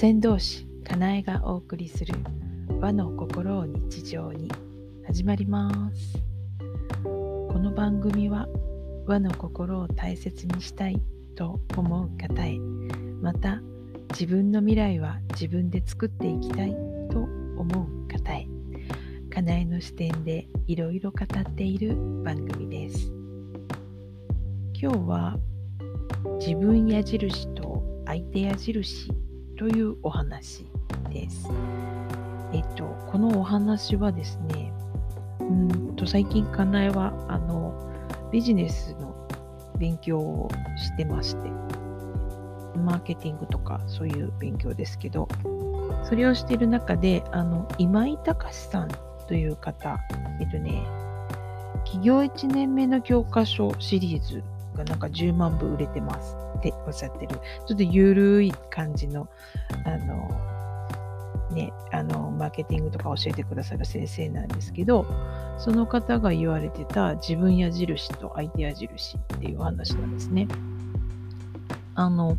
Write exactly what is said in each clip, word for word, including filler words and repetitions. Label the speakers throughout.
Speaker 1: 船同士かなえがお送りする和の心を日常に始まります。この番組は和の心を大切にしたいと思う方へ、また自分の未来は自分で作っていきたいと思う方へ、かなえの視点でいろいろ語っている番組です。今日は自分矢印と相手矢印というお話です。えっと、このお話はですね、うんと最近かなえはあのビジネスの勉強をしてまして、マーケティングとかそういう勉強ですけど、それをしている中であの今井隆さんという方、えっとね、起業いちねんめの教科書シリーズがなんかじゅうまんぶ売れてますっておっしゃってる、ちょっとゆるい感じのあのね、あのマーケティングとか教えてくださる先生なんですけど、その方が言われてた自分矢印と相手矢印っていう話なんですね。あの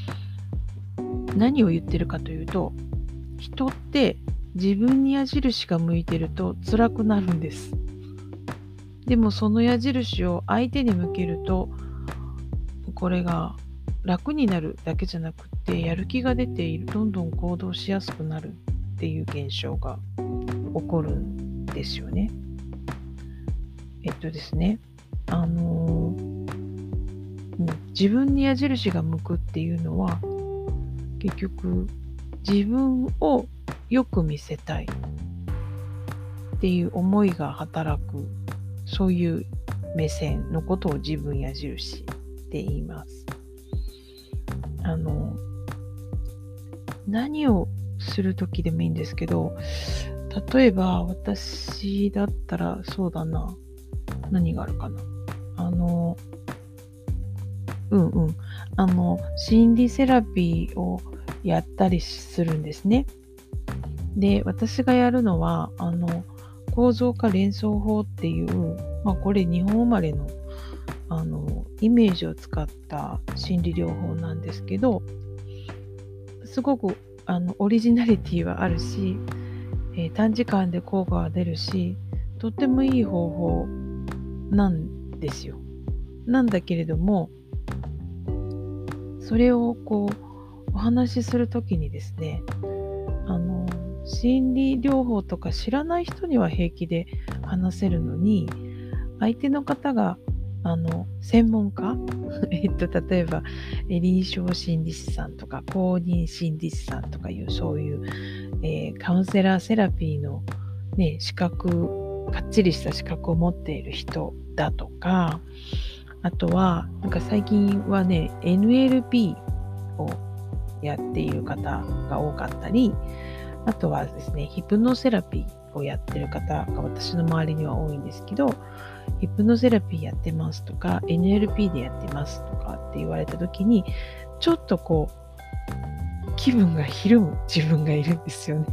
Speaker 1: 何を言ってるかというと、人って自分に矢印が向いてると辛くなるんです。でもその矢印を相手に向けると、これが楽になるだけじゃなくて、やる気が出ている、どんどん行動しやすくなるっていう現象が起こるんですよね。えっとですね、あのー、自分に矢印が向くっていうのは、結局自分をよく見せたいっていう思いが働く、そういう目線のことを自分矢印って言います。あの何をするときでもいいんですけど、例えば私だったらそうだな、何があるかな、あのうんうんあの心理セラピーをやったりするんですね。で、私がやるのはあの構造化連想法っていう、まあ、これ日本生まれのあのイメージを使った心理療法なんですけど、すごくあのオリジナリティはあるし、えー、短時間で効果が出るし、とってもいい方法なんですよ。なんだけれども、それをこうお話しするときにですね、あの心理療法とか知らない人には平気で話せるのに、相手の方があの専門家えっと例えば臨床心理士さんとか公認心理士さんとかいう、そういう、えー、カウンセラーセラピーの、ね、資格、かっちりした資格を持っている人だとか、あとはなんか最近はね エヌエルピー をやっている方が多かったり、あとはですねヒプノセラピーをやってる方が私の周りには多いんですけど、ヒプノセラピーやってますとか エヌエルピー でやってますとかって言われた時に、ちょっとこう気分がひるむ自分がいるんですよね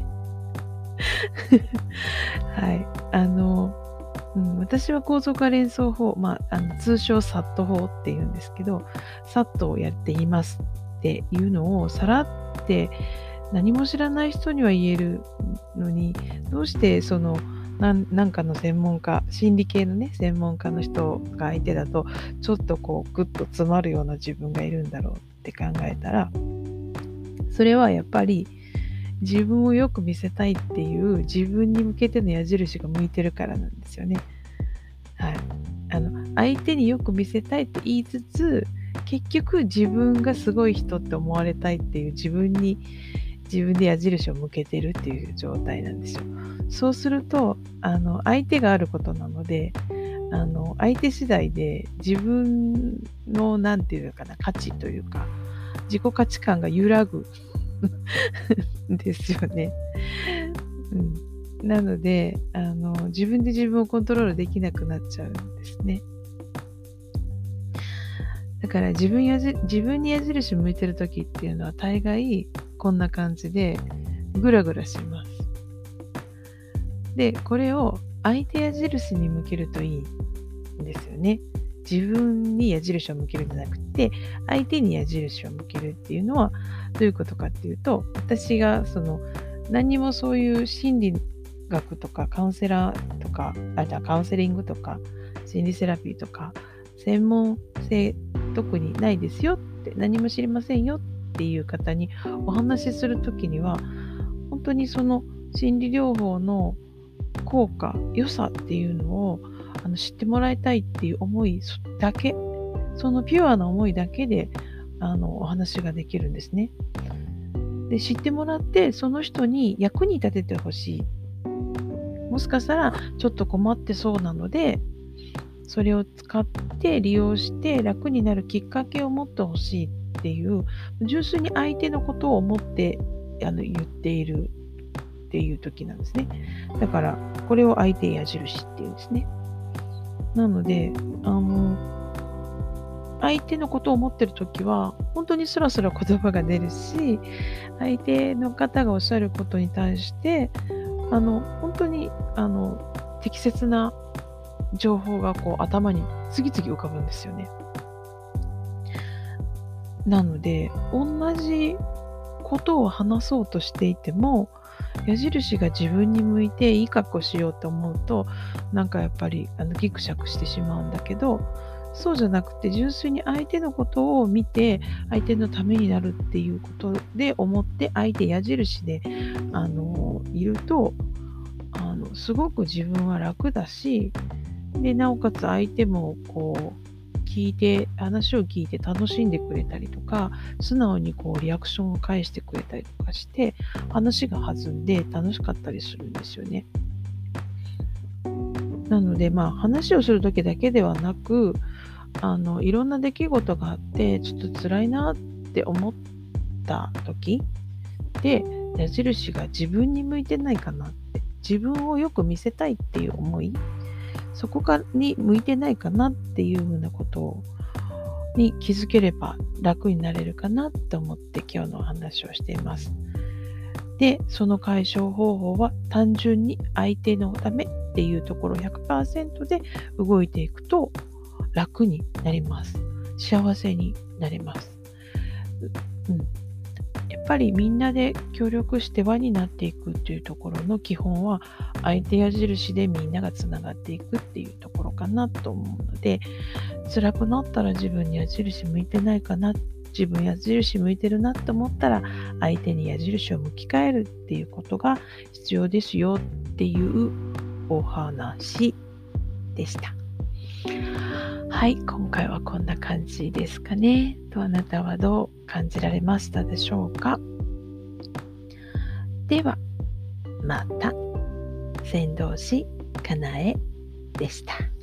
Speaker 1: はいあの、うん、私は構造化連想法、まあ、あの通称サット法っていうんですけど、サットをやっていますっていうのをさらって何も知らない人には言えるのに、どうしてそのなんなんかの専門家、心理系のね専門家の人が相手だとちょっとこうグッと詰まるような自分がいるんだろうって考えたら、それはやっぱり自分をよく見せたいっていう自分に向けての矢印が向いてるからなんですよね。はい、あの相手によく見せたいって言いつつ、結局自分がすごい人って思われたいっていう自分に自分で矢印を向けてるっていう状態なんですよ。そうするとあの相手があることなので、あの相手次第で自分のなんていうかな、価値というか自己価値観が揺らぐですよね。うん、なのであの自分で自分をコントロールできなくなっちゃうんですね。だから自分やじ自分に矢印向いてる時っていうのは大概こんな感じでグラグラします。で、これを相手矢印に向けるといいんですよね。 自分に矢印を向けるんじゃなくて、相手に矢印を向けるっていうのはどういうことかっていうと、私がその何もそういう心理学とかカウンセラーとか、あ、じゃあカウンセリングとか心理セラピーとか専門性特にないですよって、何も知りませんよっていう方にお話しするときには、本当にその心理療法の効果、良さっていうのをあの知ってもらいたいっていう思いだけ、そのピュアな思いだけであのお話ができるんですね。で、知ってもらってその人に役に立ててほしい。もしかしたらちょっと困ってそうなので、それを使って利用して楽になるきっかけを持ってほしいっていう、純粋に相手のことを思ってあの言っているっていう時なんですね。だからこれを相手矢印っていうんですね。なので、あの相手のことを思ってる時は本当にスラスラ言葉が出るし、相手の方がおっしゃることに対してあの本当にあの適切な情報がこう頭に次々浮かぶんですよね。なので同じことを話そうとしていても、矢印が自分に向いていい格好しようと思うと、なんかやっぱりあのギクシャクしてしまうんだけど、そうじゃなくて純粋に相手のことを見て相手のためになるっていうことで思って相手矢印であのいると、あのすごく自分は楽だし、でなおかつ相手もこう聞いて話を聞いて楽しんでくれたりとか、素直にこうリアクションを返してくれたりとかして話が弾んで楽しかったりするんですよね。なのでまあ話をする時だけではなく、あのいろんな出来事があってちょっと辛いなって思った時で、矢印が自分に向いてないかなって、自分をよく見せたいっていう思い、そこかに向いてないかなっていうふうなことに気づければ楽になれるかなと思って今日のお話をしています。で、その解消方法は単純に相手のためっていうところ ひゃくパーセント で動いていくと楽になります。幸せになります。うん、やっぱりみんなで協力して輪になっていくっていうところの基本は、相手矢印でみんながつながっていくっていうところかなと思うので、辛くなったら自分に矢印向いてないかな、自分矢印向いてるなと思ったら相手に矢印を向き換えるっていうことが必要ですよっていうお話でした。はい、今回はこんな感じですかね。と、あなたはどう感じられましたでしょうか。ではまた。先導師かなえでした。